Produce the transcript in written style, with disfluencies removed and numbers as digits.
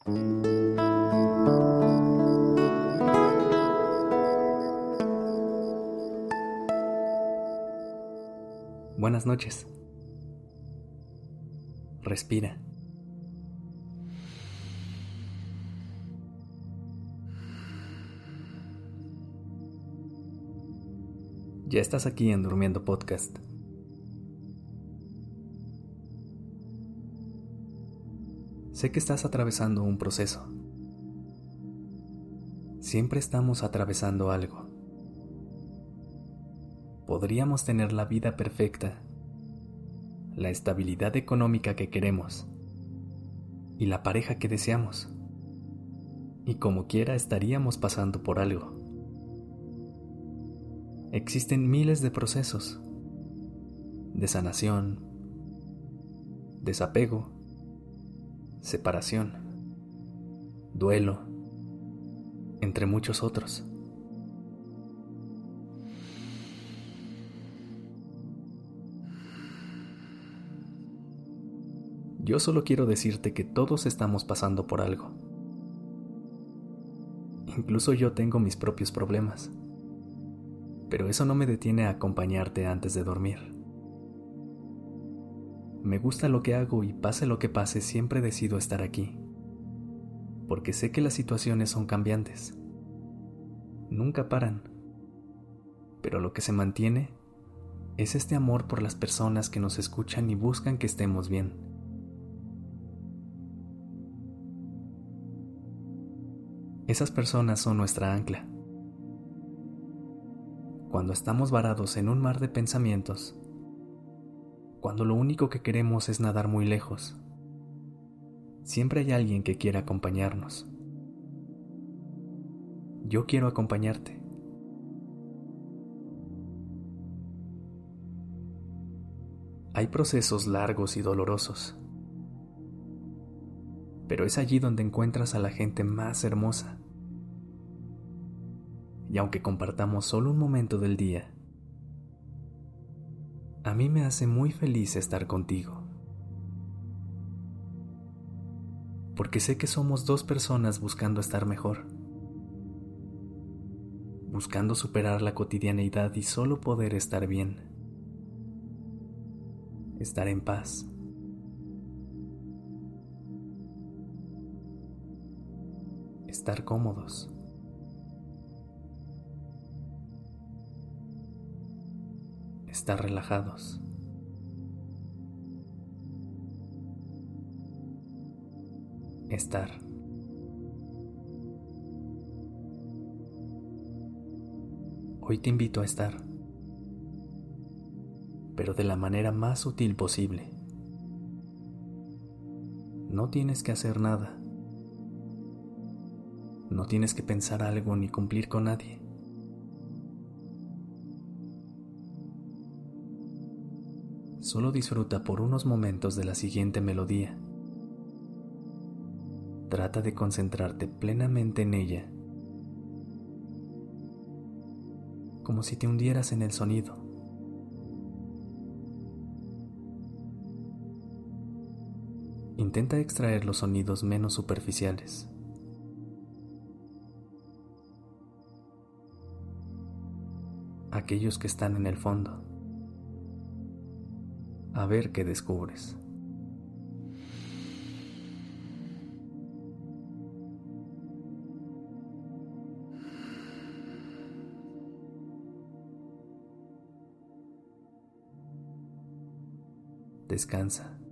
Buenas noches. Respira. Ya estás aquí en Durmiendo Podcast. Sé que estás atravesando un proceso. Siempre estamos atravesando algo. Podríamos tener la vida perfecta, la estabilidad económica que queremos y la pareja que deseamos. Y como quiera estaríamos pasando por algo. Existen miles de procesos de sanación, desapego, separación, duelo, entre muchos otros. Yo solo quiero decirte que todos estamos pasando por algo. Incluso yo tengo mis propios problemas. Pero eso no me detiene a acompañarte antes de dormir. Me gusta lo que hago y pase lo que pase, siempre decido estar aquí. Porque sé que las situaciones son cambiantes. Nunca paran. Pero lo que se mantiene es este amor por las personas que nos escuchan y buscan que estemos bien. Esas personas son nuestra ancla. Cuando estamos varados en un mar de pensamientos, cuando lo único que queremos es nadar muy lejos, siempre hay alguien que quiere acompañarnos. Yo quiero acompañarte. Hay procesos largos y dolorosos, pero es allí donde encuentras a la gente más hermosa. Y aunque compartamos solo un momento del día, a mí me hace muy feliz estar contigo. Porque sé que somos dos personas buscando estar mejor, buscando superar la cotidianeidad y solo poder estar bien, estar en paz. Estar cómodos. Estar relajados. Estar. Hoy te invito a estar, pero de la manera más sutil posible. No tienes que hacer nada. No tienes que pensar algo ni cumplir con nadie. Solo disfruta por unos momentos de la siguiente melodía. Trata de concentrarte plenamente en ella, como si te hundieras en el sonido. Intenta extraer los sonidos menos superficiales. Aquellos que están en el fondo. A ver qué descubres. Descansa.